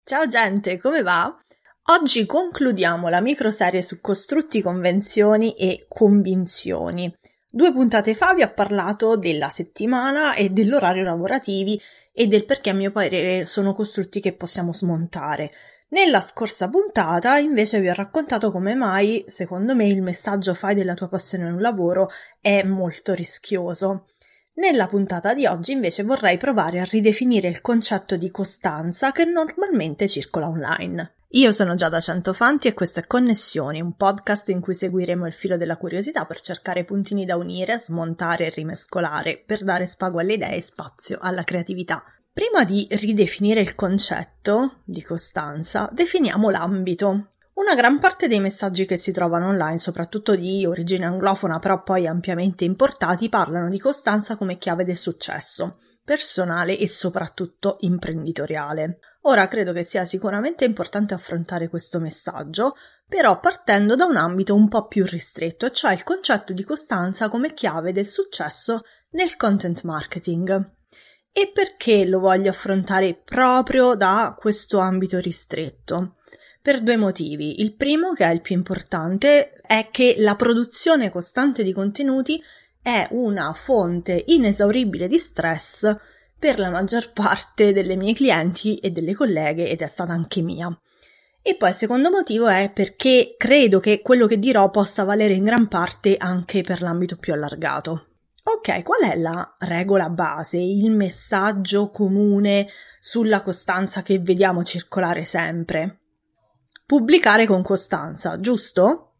Ciao gente, come va? Oggi concludiamo la microserie su costrutti, convenzioni e convinzioni. 2 puntate fa vi ho parlato della settimana e dell'orario lavorativi e del perché a mio parere sono costrutti che possiamo smontare. Nella scorsa puntata invece vi ho raccontato come mai, secondo me, il messaggio "fai della tua passione un lavoro" è molto rischioso. Nella puntata di oggi invece vorrei provare a ridefinire il concetto di costanza che normalmente circola online. Io sono Giada Centofanti e questo è Connessioni, un podcast in cui seguiremo il filo della curiosità per cercare puntini da unire, smontare e rimescolare, per dare spago alle idee e spazio alla creatività. Prima di ridefinire il concetto di costanza, definiamo l'ambito. Una gran parte dei messaggi che si trovano online, soprattutto di origine anglofona, però poi ampiamente importati, parlano di costanza come chiave del successo, personale e soprattutto imprenditoriale. Ora credo che sia sicuramente importante affrontare questo messaggio, però partendo da un ambito un po' più ristretto, e cioè il concetto di costanza come chiave del successo nel content marketing. E perché lo voglio affrontare proprio da questo ambito ristretto? Per 2 motivi. Il primo, che è il più importante, è che la produzione costante di contenuti è una fonte inesauribile di stress per la maggior parte delle mie clienti e delle colleghe, ed è stata anche mia. E poi il secondo motivo è perché credo che quello che dirò possa valere in gran parte anche per l'ambito più allargato. Ok, qual è la regola base, il messaggio comune sulla costanza che vediamo circolare sempre? Pubblicare con costanza, giusto?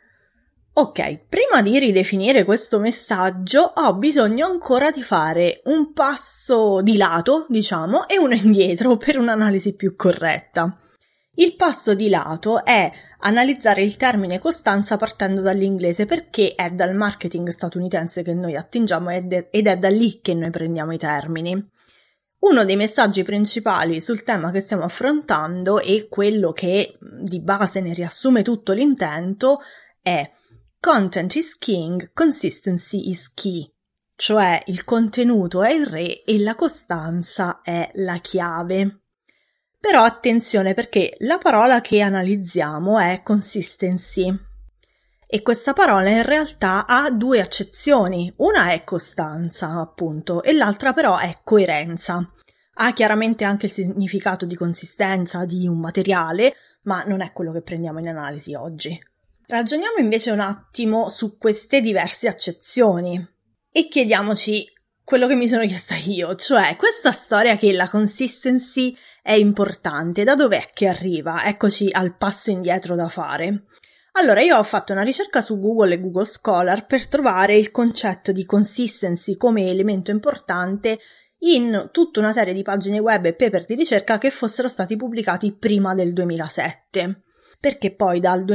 Ok, prima di ridefinire questo messaggio ho bisogno ancora di fare un passo di lato, diciamo, e uno indietro per un'analisi più corretta. Il passo di lato è analizzare il termine costanza partendo dall'inglese, perché è dal marketing statunitense che noi attingiamo ed è da lì che noi prendiamo i termini. Uno dei messaggi principali sul tema che stiamo affrontando, e quello che di base ne riassume tutto l'intento, è "Content is king, consistency is key", cioè il contenuto è il re e la costanza è la chiave. Però attenzione, perché la parola che analizziamo è consistency. E questa parola in realtà ha 2 accezioni, una è costanza appunto e l'altra però è coerenza. Ha chiaramente anche il significato di consistenza di un materiale, ma non è quello che prendiamo in analisi oggi. Ragioniamo invece un attimo su queste diverse accezioni e chiediamoci quello che mi sono chiesta io, cioè questa storia che la consistency è importante, da dov'è che arriva? Eccoci al passo indietro da fare. Allora, io ho fatto una ricerca su Google e Google Scholar per trovare il concetto di consistency come elemento importante in tutta una serie di pagine web e paper di ricerca che fossero stati pubblicati prima del 2007, perché poi dal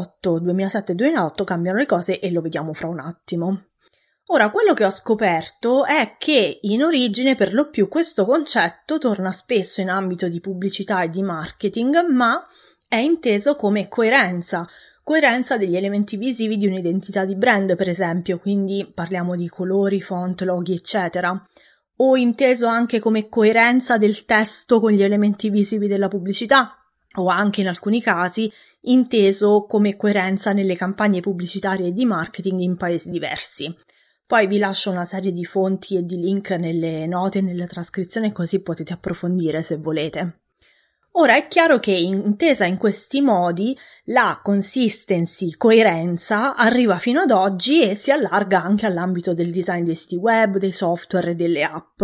2007 e 2008 cambiano le cose e lo vediamo fra un attimo. Ora, quello che ho scoperto è che in origine per lo più questo concetto torna spesso in ambito di pubblicità e di marketing, ma è inteso come coerenza degli elementi visivi di un'identità di brand, per esempio, quindi parliamo di colori, font, loghi, eccetera, o inteso anche come coerenza del testo con gli elementi visivi della pubblicità, o anche in alcuni casi inteso come coerenza nelle campagne pubblicitarie e di marketing in paesi diversi. Poi vi lascio una serie di fonti e di link nelle note e nella trascrizione, così potete approfondire se volete. Ora è chiaro che intesa in questi modi la consistency, coerenza, arriva fino ad oggi e si allarga anche all'ambito del design dei siti web, dei software e delle app.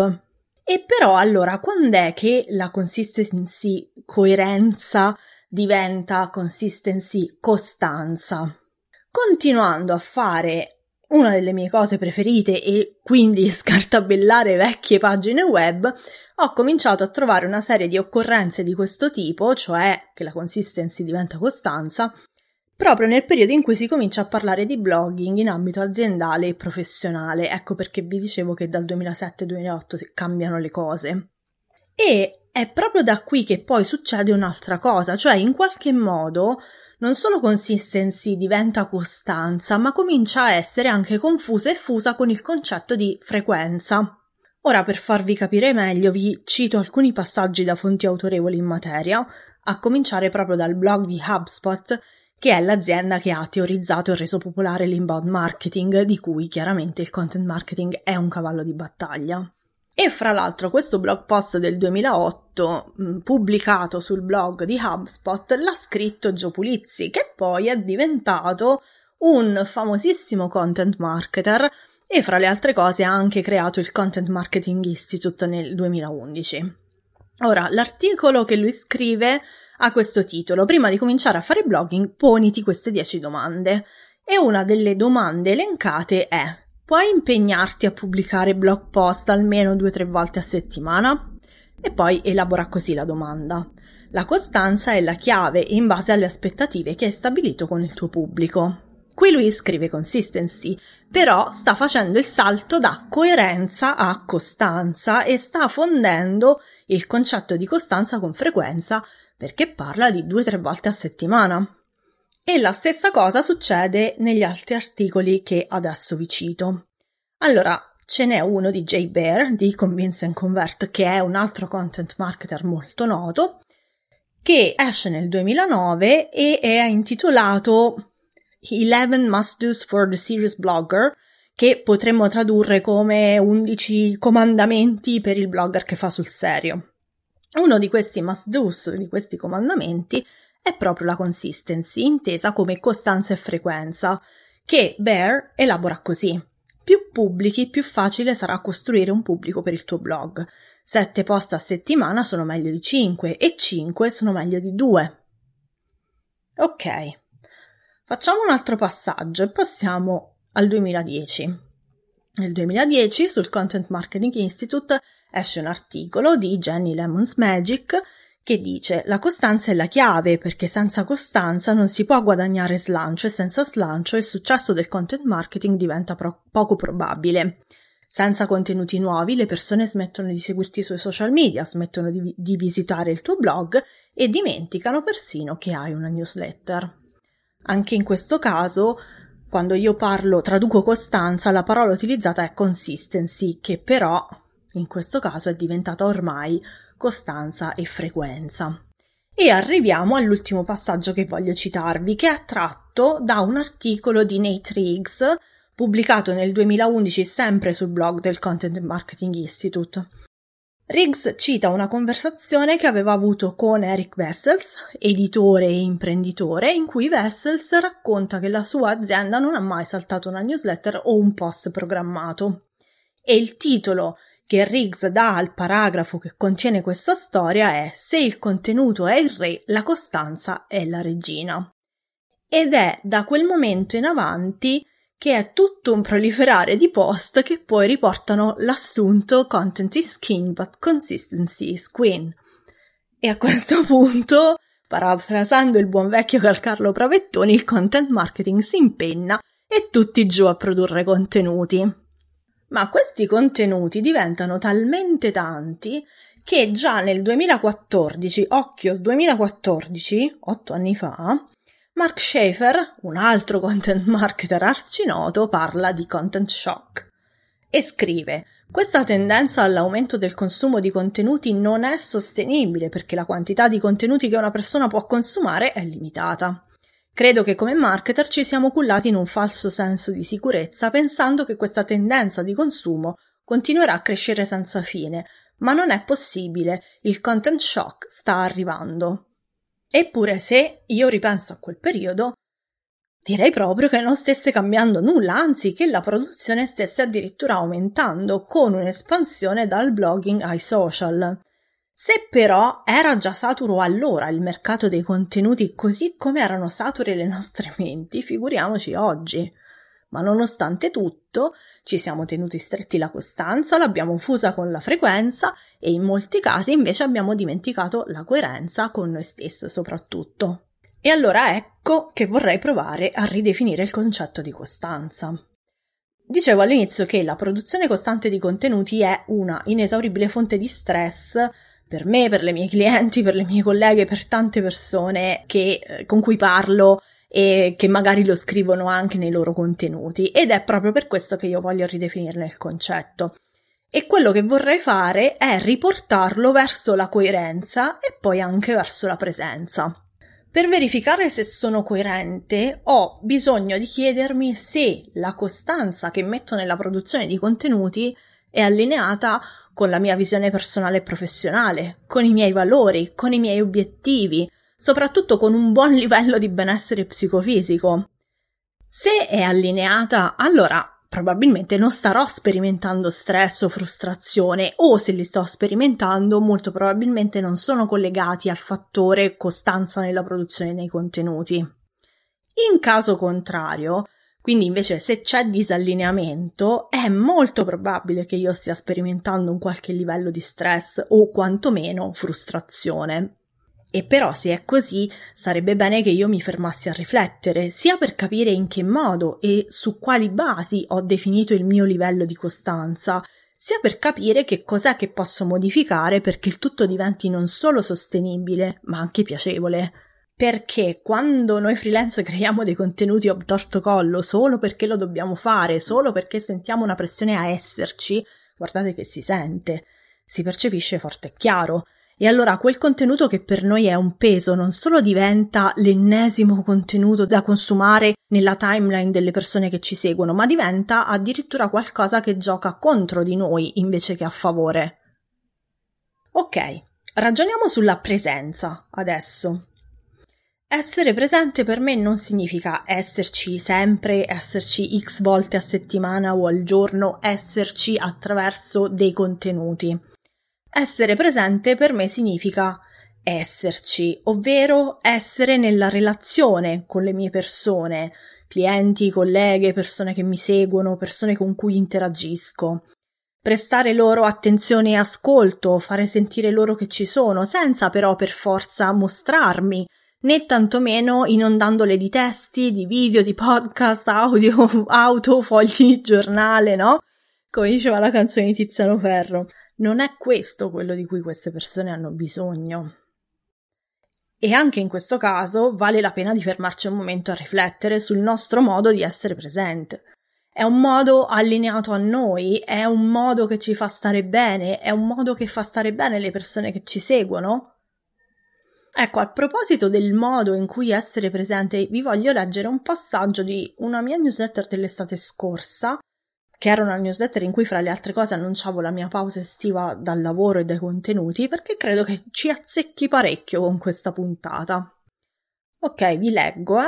E però allora quando è che la consistency, coerenza diventa consistency, costanza? Continuando a fare una delle mie cose preferite e quindi scartabellare vecchie pagine web, ho cominciato a trovare una serie di occorrenze di questo tipo, cioè che la consistency diventa costanza, proprio nel periodo in cui si comincia a parlare di blogging in ambito aziendale e professionale. Ecco perché vi dicevo che dal 2007-2008 cambiano le cose. E è proprio da qui che poi succede un'altra cosa, cioè in qualche modo non solo consistency diventa costanza, ma comincia a essere anche confusa e fusa con il concetto di frequenza. Ora, per farvi capire meglio, vi cito alcuni passaggi da fonti autorevoli in materia, a cominciare proprio dal blog di HubSpot, che è l'azienda che ha teorizzato e reso popolare l'inbound marketing, di cui chiaramente il content marketing è un cavallo di battaglia. E fra l'altro questo blog post del 2008, pubblicato sul blog di HubSpot, l'ha scritto Joe Pulizzi, che poi è diventato un famosissimo content marketer e fra le altre cose ha anche creato il Content Marketing Institute nel 2011. Ora, l'articolo che lui scrive ha questo titolo: prima di cominciare a fare blogging, poniti queste 10 domande. E una delle domande elencate è: puoi impegnarti a pubblicare blog post almeno 2-3 volte a settimana? E poi elabora così la domanda: la costanza è la chiave in base alle aspettative che hai stabilito con il tuo pubblico. Qui lui scrive consistency, però sta facendo il salto da coerenza a costanza e sta fondendo il concetto di costanza con frequenza, perché parla di 2-3 volte a settimana. E la stessa cosa succede negli altri articoli che adesso vi cito. Allora, ce n'è uno di Jay Baer, di Convince and Convert, che è un altro content marketer molto noto, che esce nel 2009 e è intitolato 11 Must-Dos for the Serious Blogger, che potremmo tradurre come 11 comandamenti per il blogger che fa sul serio. Uno di questi must-dos, di questi comandamenti, è proprio la consistency, intesa come costanza e frequenza, che Baer elabora così: più pubblichi, più facile sarà costruire un pubblico per il tuo blog. 7 post a settimana sono meglio di 5 e 5 sono meglio di 2. Ok. Facciamo un altro passaggio e passiamo al 2010. Nel 2010 sul Content Marketing Institute esce un articolo di Jenny Lemon's Magic che dice: la costanza è la chiave, perché senza costanza non si può guadagnare slancio e senza slancio il successo del content marketing diventa poco probabile. Senza contenuti nuovi le persone smettono di seguirti sui social media, smettono di visitare il tuo blog e dimenticano persino che hai una newsletter. Anche in questo caso, quando io traduco costanza, la parola utilizzata è consistency, che però in questo caso è diventata ormai costanza e frequenza. E arriviamo all'ultimo passaggio che voglio citarvi, che è tratto da un articolo di Nate Riggs, pubblicato nel 2011 sempre sul blog del Content Marketing Institute. Riggs cita una conversazione che aveva avuto con Eric Wessels, editore e imprenditore, in cui Wessels racconta che la sua azienda non ha mai saltato una newsletter o un post programmato. E il titolo che Riggs dà al paragrafo che contiene questa storia è: se il contenuto è il re, la costanza è la regina. Ed è da quel momento in avanti che è tutto un proliferare di post che poi riportano l'assunto content is king but consistency is queen. E a questo punto, parafrasando il buon vecchio Carlo Pravettoni, il content marketing si impenna e tutti giù a produrre contenuti. Ma questi contenuti diventano talmente tanti che già nel 2014, 8 anni fa, Mark Schaefer, un altro content marketer arcinoto, parla di content shock e scrive: questa tendenza all'aumento del consumo di contenuti non è sostenibile perché la quantità di contenuti che una persona può consumare è limitata. Credo che come marketer ci siamo cullati in un falso senso di sicurezza pensando che questa tendenza di consumo continuerà a crescere senza fine, ma non è possibile, il content shock sta arrivando. Eppure, se io ripenso a quel periodo, direi proprio che non stesse cambiando nulla, anzi che la produzione stesse addirittura aumentando, con un'espansione dal blogging ai social. Se però era già saturo allora il mercato dei contenuti così come erano saturi le nostre menti, figuriamoci oggi. Ma nonostante tutto ci siamo tenuti stretti la costanza, l'abbiamo fusa con la frequenza e in molti casi invece abbiamo dimenticato la coerenza con noi stessi soprattutto. E allora ecco che vorrei provare a ridefinire il concetto di costanza. Dicevo all'inizio che la produzione costante di contenuti è una inesauribile fonte di stress per me, per le mie clienti, per le mie colleghe, per tante persone con cui parlo e che magari lo scrivono anche nei loro contenuti, ed è proprio per questo che io voglio ridefinirne il concetto. E quello che vorrei fare è riportarlo verso la coerenza e poi anche verso la presenza. Per verificare se sono coerente ho bisogno di chiedermi se la costanza che metto nella produzione di contenuti è allineata con la mia visione personale e professionale, con i miei valori, con i miei obiettivi, soprattutto con un buon livello di benessere psicofisico. Se è allineata, allora probabilmente non starò sperimentando stress o frustrazione, o se li sto sperimentando molto probabilmente non sono collegati al fattore costanza nella produzione dei contenuti. In caso contrario, quindi invece se c'è disallineamento, è molto probabile che io stia sperimentando un qualche livello di stress o quantomeno frustrazione. E però se è così, sarebbe bene che io mi fermassi a riflettere, sia per capire in che modo e su quali basi ho definito il mio livello di costanza, sia per capire che cos'è che posso modificare perché il tutto diventi non solo sostenibile, ma anche piacevole. Perché quando noi freelance creiamo dei contenuti obtorto collo solo perché lo dobbiamo fare, solo perché sentiamo una pressione a esserci, guardate che si sente, si percepisce forte e chiaro. E allora quel contenuto che per noi è un peso non solo diventa l'ennesimo contenuto da consumare nella timeline delle persone che ci seguono, ma diventa addirittura qualcosa che gioca contro di noi invece che a favore. Ok, ragioniamo sulla presenza adesso. Essere presente per me non significa esserci sempre, esserci X volte a settimana o al giorno, esserci attraverso dei contenuti. Essere presente per me significa esserci, ovvero essere nella relazione con le mie persone, clienti, colleghe, persone che mi seguono, persone con cui interagisco. Prestare loro attenzione e ascolto, fare sentire loro che ci sono, senza però per forza mostrarmi, né tantomeno inondandole di testi, di video, di podcast, audio, auto, fogli di giornale, no? Come diceva la canzone di Tiziano Ferro. Non è questo quello di cui queste persone hanno bisogno. E anche in questo caso vale la pena di fermarci un momento a riflettere sul nostro modo di essere presente. È un modo allineato a noi? È un modo che ci fa stare bene? È un modo che fa stare bene le persone che ci seguono? Ecco, a proposito del modo in cui essere presente, vi voglio leggere un passaggio di una mia newsletter dell'estate scorsa, che era una newsletter in cui fra le altre cose annunciavo la mia pausa estiva dal lavoro e dai contenuti, perché credo che ci azzecchi parecchio con questa puntata. Ok, vi leggo,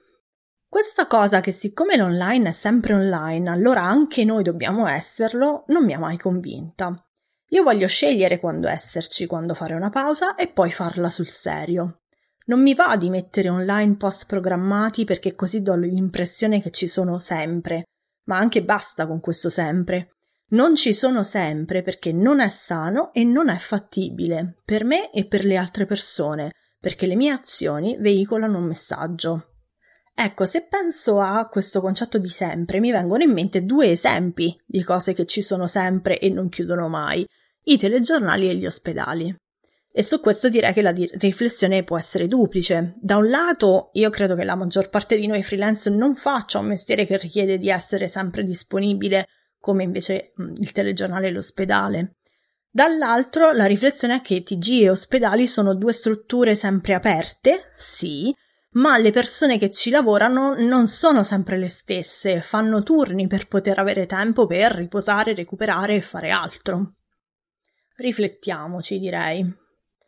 Questa cosa che siccome l'online è sempre online, allora anche noi dobbiamo esserlo, non mi ha mai convinta. Io voglio scegliere quando esserci, quando fare una pausa e poi farla sul serio. Non mi va di mettere online post programmati perché così do l'impressione che ci sono sempre. Ma anche basta con questo sempre. Non ci sono sempre perché non è sano e non è fattibile, per me e per le altre persone, perché le mie azioni veicolano un messaggio. Ecco, se penso a questo concetto di sempre, mi vengono in mente due esempi di cose che ci sono sempre e non chiudono mai, i telegiornali e gli ospedali. E su questo direi che la riflessione può essere duplice. Da un lato, io credo che la maggior parte di noi freelance non faccia un mestiere che richiede di essere sempre disponibile, come invece il telegiornale e l'ospedale. Dall'altro, la riflessione è che TG e ospedali sono due strutture sempre aperte, sì, ma le persone che ci lavorano non sono sempre le stesse, fanno turni per poter avere tempo per riposare, recuperare e fare altro. Riflettiamoci, direi.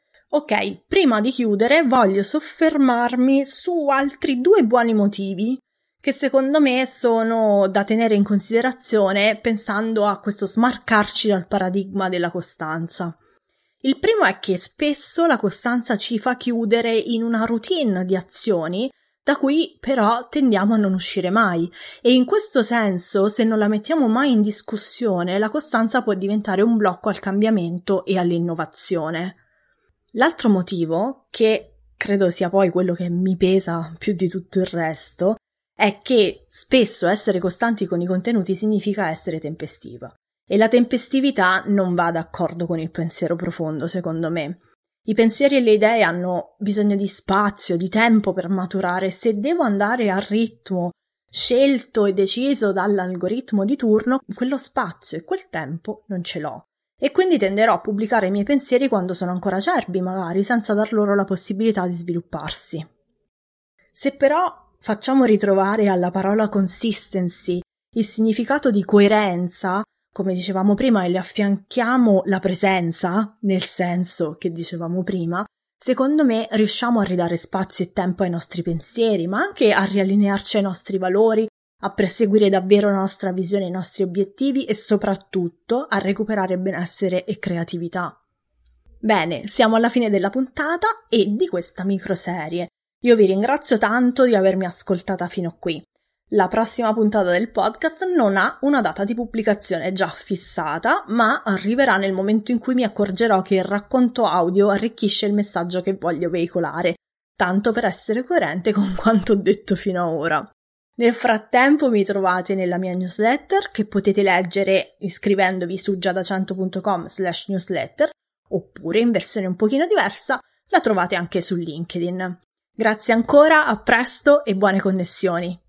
Ok, prima di chiudere voglio soffermarmi su altri due buoni motivi che secondo me sono da tenere in considerazione pensando a questo smarcarci dal paradigma della costanza. Il primo è che spesso la costanza ci fa chiudere in una routine di azioni da cui però tendiamo a non uscire mai e in questo senso, se non la mettiamo mai in discussione, la costanza può diventare un blocco al cambiamento e all'innovazione. L'altro motivo, che credo sia poi quello che mi pesa più di tutto il resto, è che spesso essere costanti con i contenuti significa essere tempestiva. E la tempestività non va d'accordo con il pensiero profondo, secondo me. I pensieri e le idee hanno bisogno di spazio, di tempo per maturare. Se devo andare a ritmo scelto e deciso dall'algoritmo di turno, quello spazio e quel tempo non ce l'ho. E quindi tenderò a pubblicare i miei pensieri quando sono ancora acerbi, magari, senza dar loro la possibilità di svilupparsi. Se però facciamo ritrovare alla parola consistency il significato di coerenza, come dicevamo prima, e le affianchiamo la presenza, nel senso che dicevamo prima, secondo me riusciamo a ridare spazio e tempo ai nostri pensieri, ma anche a riallinearci ai nostri valori, a perseguire davvero la nostra visione e i nostri obiettivi e soprattutto a recuperare benessere e creatività. Bene, siamo alla fine della puntata e di questa microserie. Io vi ringrazio tanto di avermi ascoltata fino a qui. La prossima puntata del podcast non ha una data di pubblicazione già fissata, ma arriverà nel momento in cui mi accorgerò che il racconto audio arricchisce il messaggio che voglio veicolare, tanto per essere coerente con quanto ho detto fino ad ora. Nel frattempo mi trovate nella mia newsletter che potete leggere iscrivendovi su giadacento.com/newsletter oppure in versione un pochino diversa la trovate anche su LinkedIn. Grazie ancora, a presto e buone connessioni!